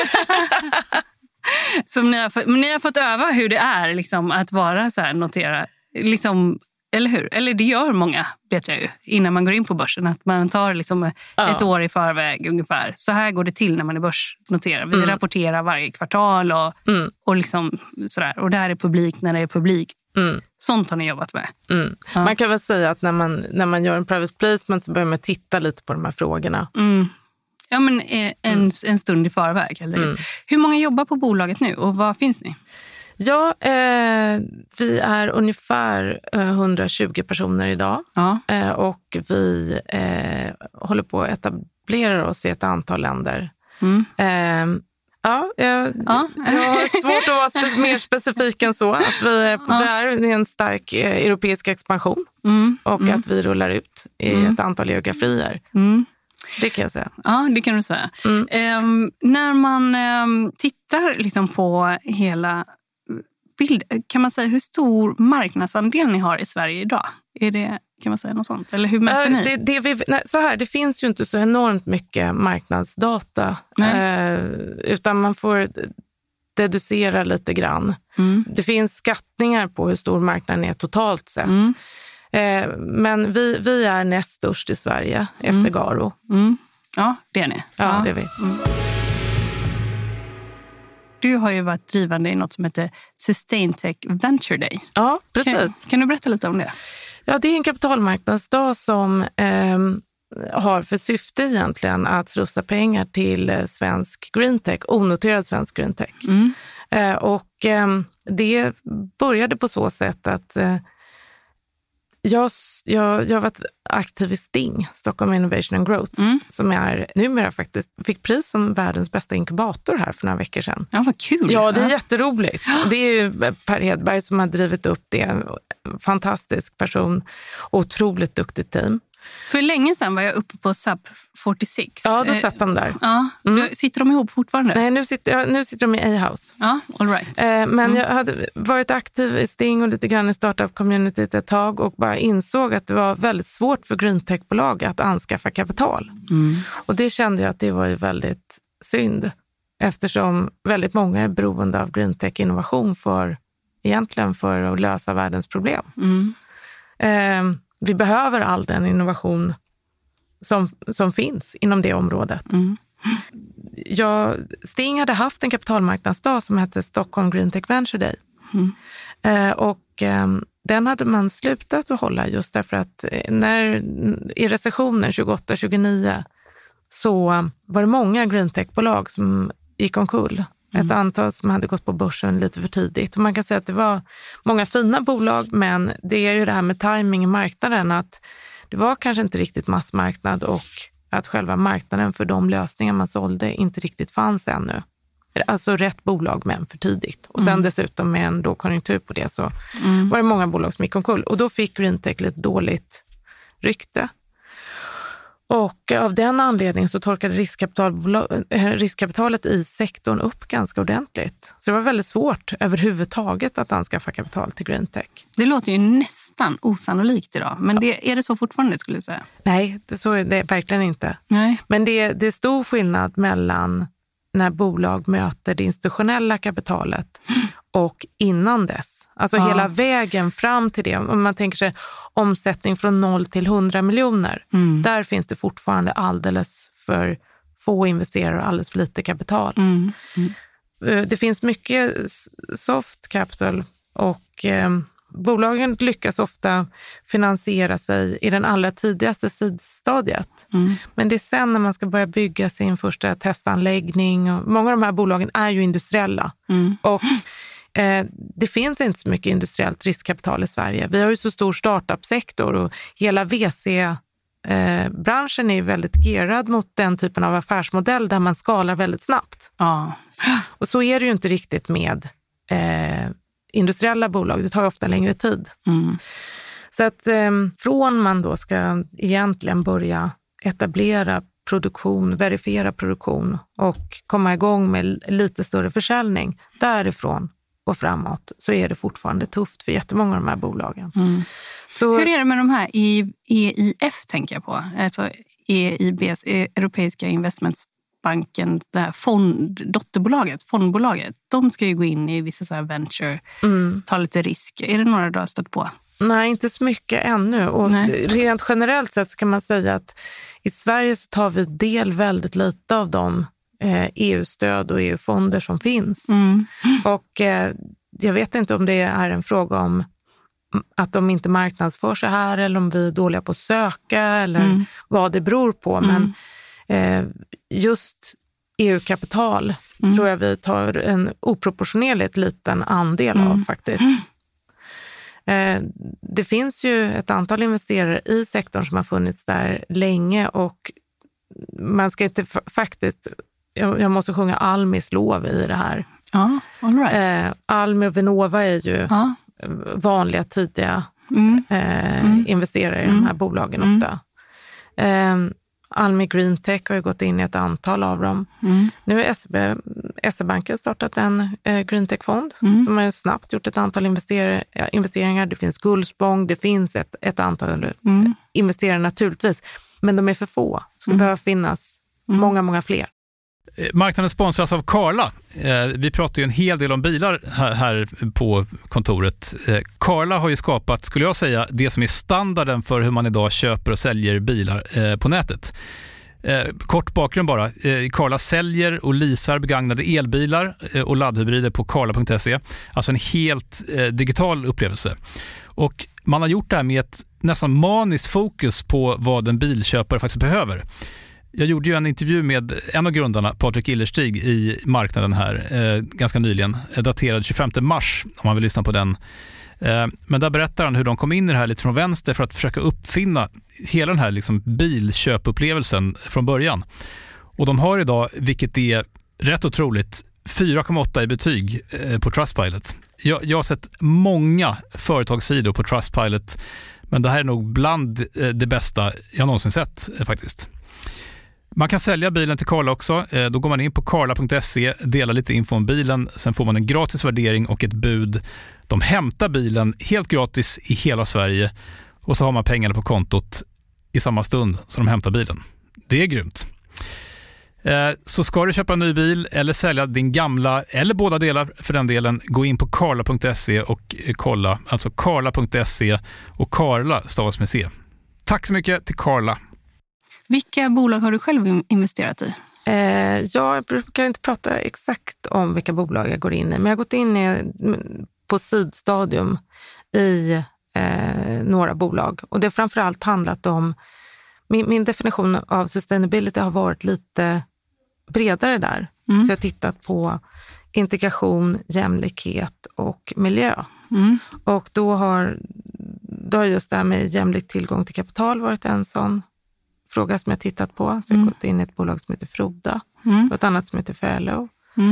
Som ni har fått öva hur det är liksom, att vara så här notera, liksom, eller hur? Eller det gör många, vet jag ju, innan man går in på börsen. Att man tar liksom ett år i förväg ungefär. Så här går det till när man är börsnoterad. Vi rapporterar varje kvartal och liksom sådär. Och det här är publikt när det är publikt. Sånt har ni jobbat med. Ja. Man kan väl säga att när man gör en private placement så börjar man titta lite på de här frågorna. Ja, men en stund i förväg. Hur många jobbar på bolaget nu och var finns ni? Ja, vi är ungefär 120 personer idag. Ja. Och vi håller på att etablera oss i ett antal länder. Jag har svårt att vara mer specifik än så. Att vi är en stark europeisk expansion och att vi rullar ut i ett antal geografier. Det kan jag säga. Ja, det kan du säga. När man tittar liksom på hela bild, kan man säga hur stor marknadsandel ni har i Sverige idag? Är det, kan man säga något sånt? Eller hur mäter ni? Det finns ju inte så enormt mycket marknadsdata. Utan man får deducera lite grann. Det finns skattningar på hur stor marknaden är totalt sett. Men vi är näst störst i Sverige efter Garo. Ja, det är ni. Ja, det är vi. Du har ju varit drivande i något som heter Sustaintech Venture Day. Ja, precis. Kan du berätta lite om det? Ja, det är en kapitalmarknadsdag som har för syfte egentligen att slussa pengar till svensk greentech, onoterad svensk greentech. Och det började på så sätt att jag har varit aktiv i Sting, Stockholm Innovation and Growth, som är numera faktiskt fick pris som världens bästa inkubator här för några veckor sedan. Ja, vad kul. Ja, det är jätteroligt. Det är ju Per Hedberg som har drivit upp det. Fantastisk person, otroligt duktigt team. För länge sedan var jag uppe på Sub 46. Ja, då satt de där. Ja, sitter de ihop fortfarande? Nej, nu sitter de i A-house. Ja, all right. Men jag hade varit aktiv i Sting och lite grann i startup-communityt ett tag och bara insåg att det var väldigt svårt för greentech-bolag att anskaffa kapital. Och det kände jag att det var ju väldigt synd eftersom väldigt många är beroende av greentech-innovation för att lösa världens problem. Vi behöver all den innovation som finns inom det området. Sting hade haft en kapitalmarknadsdag som hette Stockholm Greentech Venture Day. Och den hade man slutat att hålla just därför att i recessionen 28-29 så var det många greentech-bolag som gick omkull. Ett antal som hade gått på börsen lite för tidigt. Och man kan säga att det var många fina bolag, men det är ju det här med timing i marknaden att det var kanske inte riktigt massmarknad och att själva marknaden för de lösningar man sålde inte riktigt fanns ännu. Alltså rätt bolag men för tidigt. Och sen dessutom med en konjunktur på det så var det många bolag som gick omkull. Och då fick greentech lite dåligt rykte. Och av den anledningen så torkade riskkapitalet i sektorn upp ganska ordentligt. Så det var väldigt svårt överhuvudtaget att anskaffa kapital till Greentech. Det låter ju nästan osannolikt idag, men är det så fortfarande skulle jag säga? Nej, så är det verkligen inte. Nej. Men det är stor skillnad mellan när bolag möter det institutionella kapitalet och innan dess. Alltså hela vägen fram till det. Om man tänker sig omsättning från 0 till 100 miljoner. Där finns det fortfarande alldeles för få investerare och alldeles för lite kapital. Det finns mycket soft capital och bolagen lyckas ofta finansiera sig i den allra tidigaste sidstadiet. Men det är sen när man ska börja bygga sin första testanläggning. Och många av de här bolagen är ju industriella. Och det finns inte så mycket industriellt riskkapital i Sverige. Vi har ju så stor startup-sektor och hela VC-branschen är väldigt gearad mot den typen av affärsmodell där man skalar väldigt snabbt. Och så är det ju inte riktigt med industriella bolag. Det tar ju ofta längre tid. Så att från man då ska egentligen börja etablera produktion, verifiera produktion och komma igång med lite större försäljning därifrån och framåt så är det fortfarande tufft för jättemånga av de här bolagen. Så, hur är det med de här EIF tänker jag på? Alltså EIBs, Europeiska Investmentsbanken, det här fondbolaget, de ska ju gå in i vissa så här venture, ta lite risk. Är det några du har stött på? Nej, inte så mycket ännu. Och rent generellt sett så kan man säga att i Sverige så tar vi del väldigt lite av de EU-stöd och EU-fonder som finns. Och jag vet inte om det är en fråga om att de inte marknadsför sig här eller om vi är dåliga på att söka eller vad det beror på. Men just EU-kapital tror jag vi tar en oproportionerligt liten andel av faktiskt. Det finns ju ett antal investerare i sektorn som har funnits där länge och man ska inte faktiskt, jag måste sjunga Almis lov i det här. Ja, all right. Almi och Vinnova är ju vanliga tidiga investerare i de här bolagen ofta. Almi Greentech har ju gått in i ett antal av dem. Nu har SE-banken startat en Greentech-fond som har snabbt gjort ett antal investeringar. Det finns Gullspång, det finns ett antal investerare naturligtvis. Men de är för få. Det skulle behöva finnas många fler. Marknaden sponsras av Carla. Vi pratar ju en hel del om bilar här på kontoret. Carla har ju skapat, skulle jag säga, det som är standarden för hur man idag köper och säljer bilar på nätet. Kort bakgrund bara. Carla säljer och leasar begagnade elbilar och laddhybrider på carla.se. Alltså en helt digital upplevelse. Och man har gjort det här med ett nästan maniskt fokus på vad en bilköpare faktiskt behöver. Jag gjorde ju en intervju med en av grundarna, Patrik Illerstig, i marknaden här ganska nyligen, daterad 25 mars om man vill lyssna på den. Men där berättar han hur de kom in i det här lite från vänster för att försöka uppfinna hela den här liksom bilköpupplevelsen från början. Och de har idag, vilket är rätt otroligt, 4,8 i betyg på Trustpilot. Jag har sett många företagssidor på Trustpilot, men det här är nog bland det bästa jag någonsin sett faktiskt. Man kan sälja bilen till Carla också. Då går man in på carla.se, delar lite info om bilen, sen får man en gratis värdering och ett bud. De hämtar bilen helt gratis i hela Sverige och så har man pengarna på kontot i samma stund som de hämtar bilen. Det är grymt. Så ska du köpa en ny bil eller sälja din gamla, eller båda delar för den delen, gå in på carla.se och kolla. Alltså carla.se och Carla stavas med C. Tack så mycket till Carla. Vilka bolag har du själv investerat i? Jag brukar inte prata exakt om vilka bolag jag går in i, men jag har gått in på sidstadium i några bolag. Och det har framförallt handlat om, min definition av sustainability har varit lite bredare där. Så jag har tittat på integration, jämlikhet och miljö. Och då har just det här med jämlik tillgång till kapital varit en sån fråga som jag tittat på. Så jag har gått in i ett bolag som heter Froda och ett annat som heter Fairlow.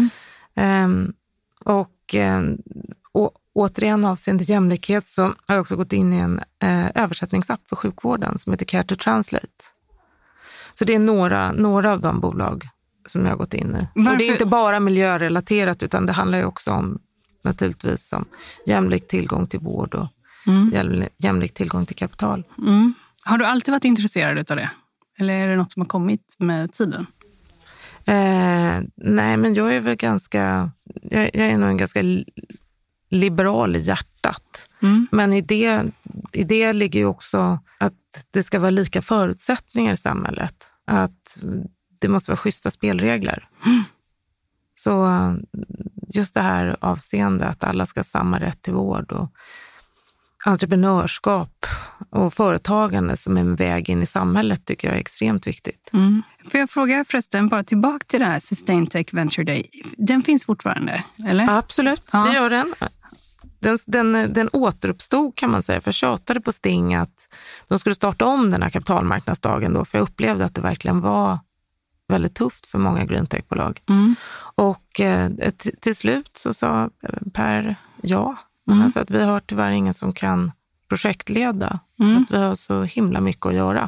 Och återigen avseende jämlikhet så har jag också gått in i en översättningsapp för sjukvården som heter Care to Translate. Så det är några av de bolag som jag har gått in i. Varför? Och det är inte bara miljörelaterat, utan det handlar ju också om naturligtvis om jämlik tillgång till vård och jämlik tillgång till kapital. Mm. Har du alltid varit intresserad av det? Eller är det något som har kommit med tiden? Nej, men jag är väl jag är nog en ganska liberal i hjärtat. Men i det ligger ju också att det ska vara lika förutsättningar i samhället. Att det måste vara schyssta spelregler. Så just det här avseende att alla ska ha samma rätt till vård och entreprenörskap och företagande som är en väg in i samhället tycker jag är extremt viktigt. Får jag fråga förresten bara tillbaka till det här Sustaintech Venture Day. Den finns fortfarande, eller? Absolut, det gör den. Den återuppstod kan man säga, för jag tjatade på Sting att de skulle starta om den här kapitalmarknadsdagen då, för jag upplevde att det verkligen var väldigt tufft för många greentech-bolag. Och till slut så sa Per ja. Men alltså att vi har tyvärr ingen som kan projektleda. För att vi har så himla mycket att göra.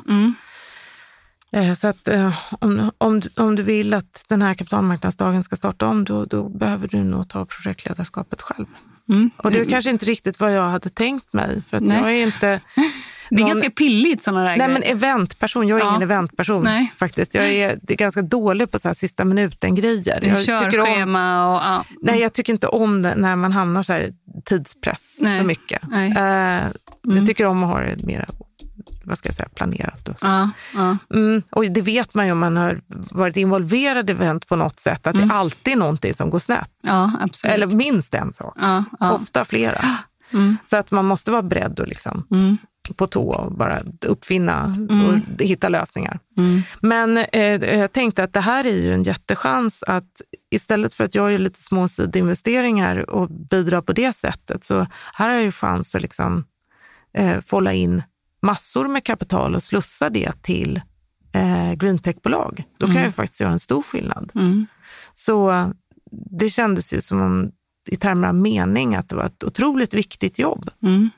Så att om du vill att den här kapitalmarknadsdagen ska starta om, då behöver du nog ta projektledarskapet själv. Och det är kanske inte riktigt vad jag hade tänkt mig. För att jag är inte... Det är ganska pilligt sådana där grejer. Nej, men eventperson. Jag är ingen eventperson faktiskt. Jag är ganska dålig på så här sista minuten-grejer. Körschema och... Nej, jag tycker inte om det när man hamnar så här tidspress för mycket. Jag tycker om att ha det mer, vad ska jag säga, planerat. Och, så. Och det vet man ju om man har varit involverad i event på något sätt, att det är alltid någonting som går snabbt. Ja, absolut. Eller minst en sak. Ofta flera. Så att man måste vara beredd och liksom... på tå och bara uppfinna och hitta lösningar. Men jag tänkte att det här är ju en jättechans att istället för att jag gör lite småsidinvesteringar och bidrar på det sättet, så här har jag ju chans att liksom fålla in massor med kapital och slussa det till greentech-bolag. Då kan jag ju faktiskt göra en stor skillnad. Så det kändes ju som om i termer av mening att det var ett otroligt viktigt jobb.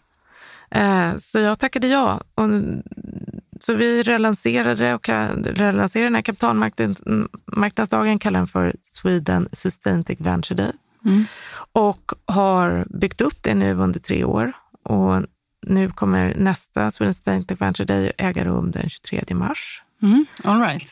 Så jag tackade ja. Så vi relanserade den här kapitalmarknadsdagen, kallar den för Sweden Sustaintech Venture Day. Och har byggt upp det nu under 3 år. Och nu kommer nästa Sweden Sustaintech Venture Day äga rum den 23 mars. All right.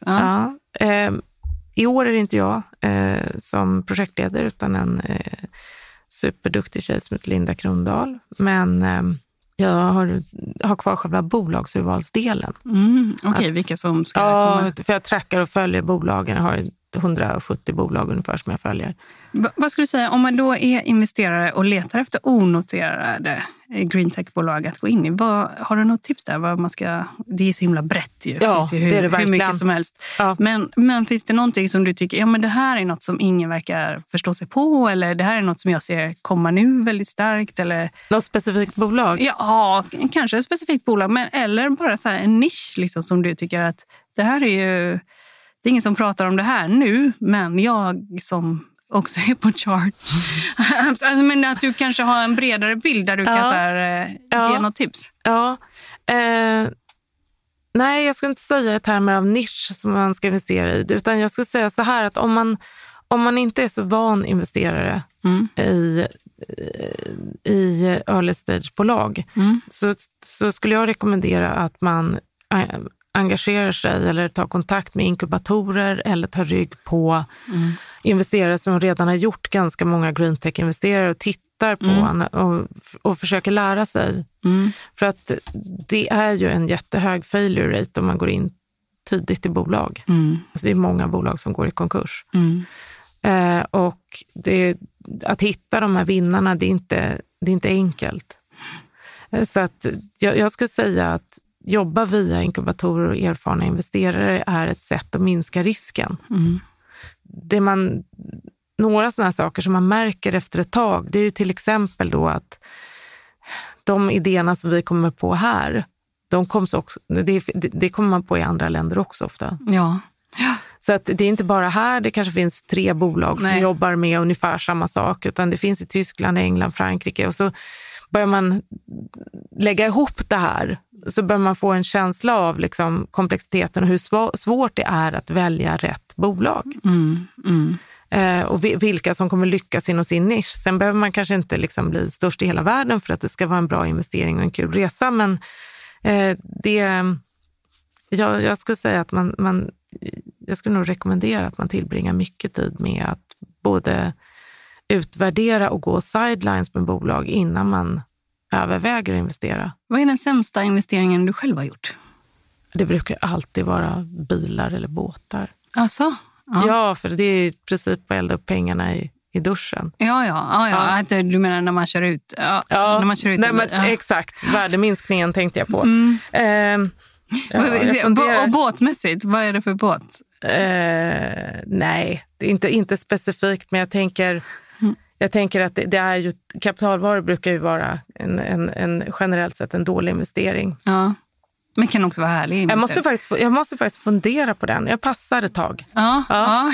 I år är det inte jag som projektledare, utan en superduktig tjej som heter Linda Krondahl. Men... jag har kvar själva bolagsurvalsdelen. Okej, vilka som ska komma? För jag trackar och följer bolagen. Jag har 170 bolag ungefär som jag följer. Vad skulle du säga, om man då är investerare och letar efter onoterade greentech-bolag att gå in i, har du något tips där? Vad man ska, det är så himla brett ju. Ja, finns ju det är det verkligen. Hur mycket som helst. Ja. Men finns det någonting som du tycker, men det här är något som ingen verkar förstå sig på, eller det här är något som jag ser komma nu väldigt starkt? Eller... Något specifikt bolag? Ja, kanske ett specifikt bolag, eller bara så här en nisch liksom, som du tycker att det här är ju... Det är ingen som pratar om det här nu, men jag som också är på chart. Alltså, men att du kanske har en bredare bild där du kan så här, ge något tips. Ja. Nej, jag skulle inte säga i termer av nisch som man ska investera i, utan jag skulle säga så här att om man inte är så van investerare i early stage-bolag så skulle jag rekommendera att man engagerar sig eller tar kontakt med inkubatorer eller tar rygg på investerare som redan har gjort ganska många greentech-investerare och tittar på och försöker lära sig. För att det är ju en jättehög failure rate om man går in tidigt i bolag. Alltså det är många bolag som går i konkurs. Och att hitta de här vinnarna, det är inte enkelt. Så att jag skulle säga att jobba via inkubatorer och erfarna investerare är ett sätt att minska risken. Några sådana saker som man märker efter ett tag, det är ju till exempel då att de idéerna som vi kommer på här, det kommer man på i andra länder också ofta. Ja. Så att det är inte bara här, det kanske finns 3 bolag som jobbar med ungefär samma sak, utan det finns i Tyskland, England, Frankrike, och så börjar man lägga ihop det här så bör man få en känsla av liksom komplexiteten och hur svårt det är att välja rätt bolag. Och vilka som kommer lyckas inom sin nisch. Sen behöver man kanske inte liksom bli störst i hela världen för att det ska vara en bra investering och en kul resa, men jag skulle säga att jag skulle nog rekommendera att man tillbringar mycket tid med att både utvärdera och gå sidelines med bolag innan man överväger att investera. Vad är den sämsta investeringen du själv har gjort? Det brukar alltid vara bilar eller båtar. Alltså? Ja, för det är i princip att elda upp pengarna i duschen. Ja. Du menar när man kör ut? När man kör ut. Nej, men, exakt, värdeminskningen tänkte jag på. Och båtmässigt, vad är det för båt? Nej, det är inte specifikt, men jag tänker att det är ju, kapitalvaror brukar ju vara en generellt sett en dålig investering. Ja. Men kan också vara härlig. Jag måste faktiskt fundera på den. Jag passar ett tag. Ja.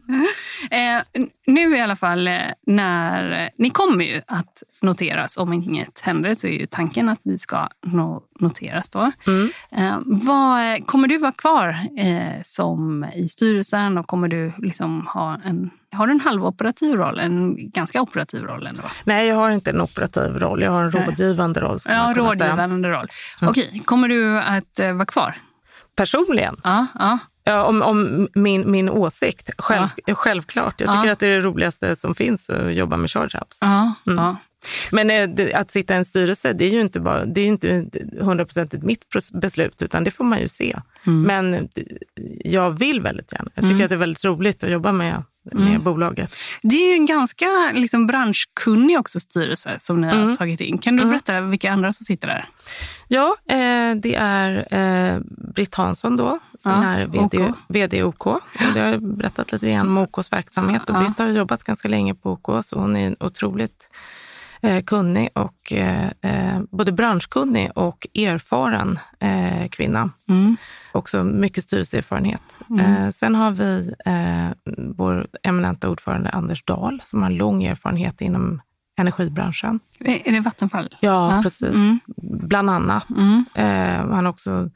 Nu i alla fall, när ni kommer ju att noteras, om inget händer så är ju tanken att vi ska noteras då. Kommer du vara kvar som i styrelsen och kommer du liksom har du en halvoperativ roll, en ganska operativ roll ändå? Nej, jag har inte en operativ roll. Jag har en rådgivande roll. Rådgivande roll. Okej, kommer du att vara kvar? Personligen? Ja, om min åsikt. Självklart. Jag tycker att det är det roligaste som finns att jobba med ChargeHubs. Men att sitta i en styrelse, det är ju inte 100% mitt beslut, utan det får man ju se. Men jag vill väldigt gärna. Jag tycker att det är väldigt roligt att jobba med bolaget. Det är ju en ganska liksom branschkunnig också styrelse som ni har tagit in. Kan du berätta vilka andra som sitter där? Ja, det är Britt Hansson då, som är vd OK. Och det har jag berättat lite grann om OKs verksamhet. Och Britt har jobbat ganska länge på OK, så hon är otroligt kunnig och både branschkunnig och erfaren kvinna. Också mycket styrelseerfarenhet. Sen har vi vår eminenta ordförande Anders Dahl som har lång erfarenhet inom energibranschen. Är det Vattenfall? Ja, precis. Bland annat. Han har också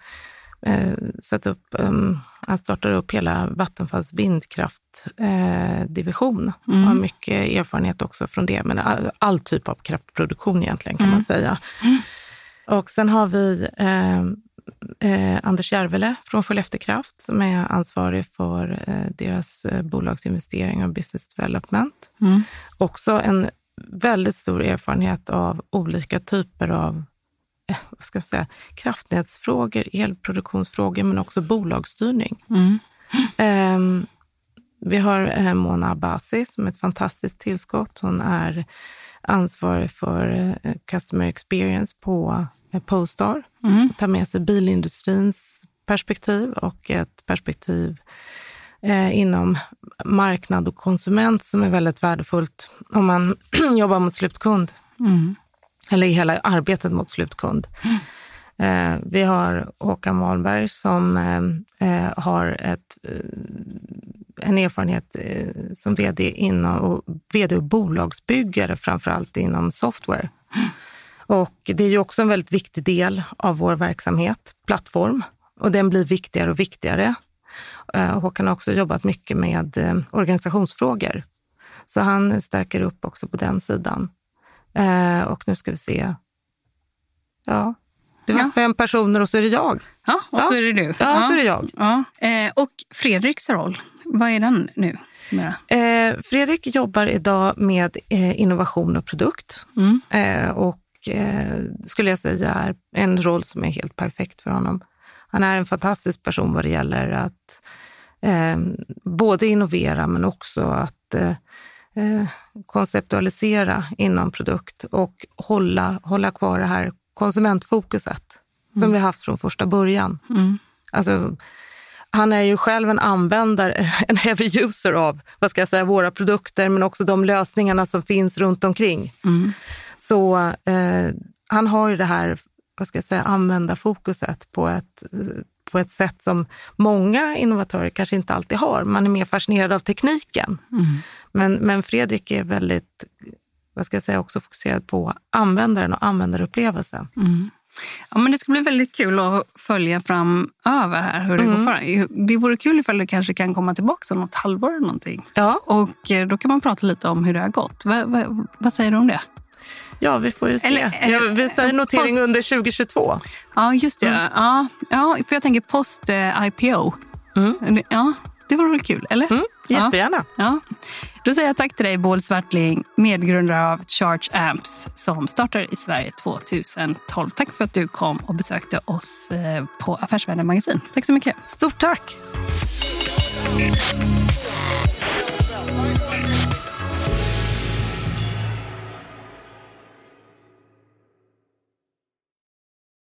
han startade upp hela Vattenfalls vindkraftdivision och har mycket erfarenhet också från det, men all typ av kraftproduktion egentligen kan man säga. Och sen har vi Anders Järvele från Skellefteå Kraft som är ansvarig för deras bolagsinvesteringar och business development. Också en väldigt stor erfarenhet av olika typer av kraftnätsfrågor, elproduktionsfrågor, men också bolagsstyrning. Vi har Mona Abbasi som är ett fantastiskt tillskott. Hon är ansvarig för customer experience på Polestar. Tar med sig bilindustrins perspektiv och ett perspektiv inom marknad och konsument som är väldigt värdefullt om man jobbar mot slutkund. Eller i hela arbetet mot slutkund. Vi har Håkan Wahlberg som har en erfarenhet som vd och bolagsbyggare framförallt inom software. Och det är ju också en väldigt viktig del av vår verksamhet, plattform. Och den blir viktigare och viktigare. Håkan har också jobbat mycket med organisationsfrågor. Så han stärker upp också på den sidan. Och nu ska vi se. Ja, det var 5 personer och så är det jag. Ja, och så är det du. Ja, så är det jag. Ja. Och Fredriks roll, vad är den nu? Fredrik jobbar idag med innovation och produkt. Och skulle jag säga är en roll som är helt perfekt för honom. Han är en fantastisk person vad det gäller att både innovera men också att konceptualisera inom produkt och hålla kvar det här konsumentfokuset som vi haft från första början. Alltså, han är ju själv en användare, en heavy user av våra produkter men också de lösningarna som finns runt omkring. Så han har ju det här användarfokuset på ett sätt som många innovatörer kanske inte alltid har. Man är mer fascinerad av tekniken. Men Fredrik är väldigt, också fokuserad på användaren och användarupplevelsen. Ja, men det ska bli väldigt kul att följa framöver här hur det går för. Det vore kul ifall du kanske kan komma tillbaka om något halvår eller någonting. Ja. Och då kan man prata lite om hur det har gått. Vad säger du om det? Ja, vi får ju se. Jag visar en notering under 2022. Ja, just det. Ja, för jag tänker post-IPO. Ja, det vore väl kul, eller? Jättegärna. Ja. Då säger jag tack till dig, Boel Swartling, medgrundare av Charge Amps som startar i Sverige 2012. Tack för att du kom och besökte oss på Affärsvärlden Magasin. Tack så mycket. Stort tack!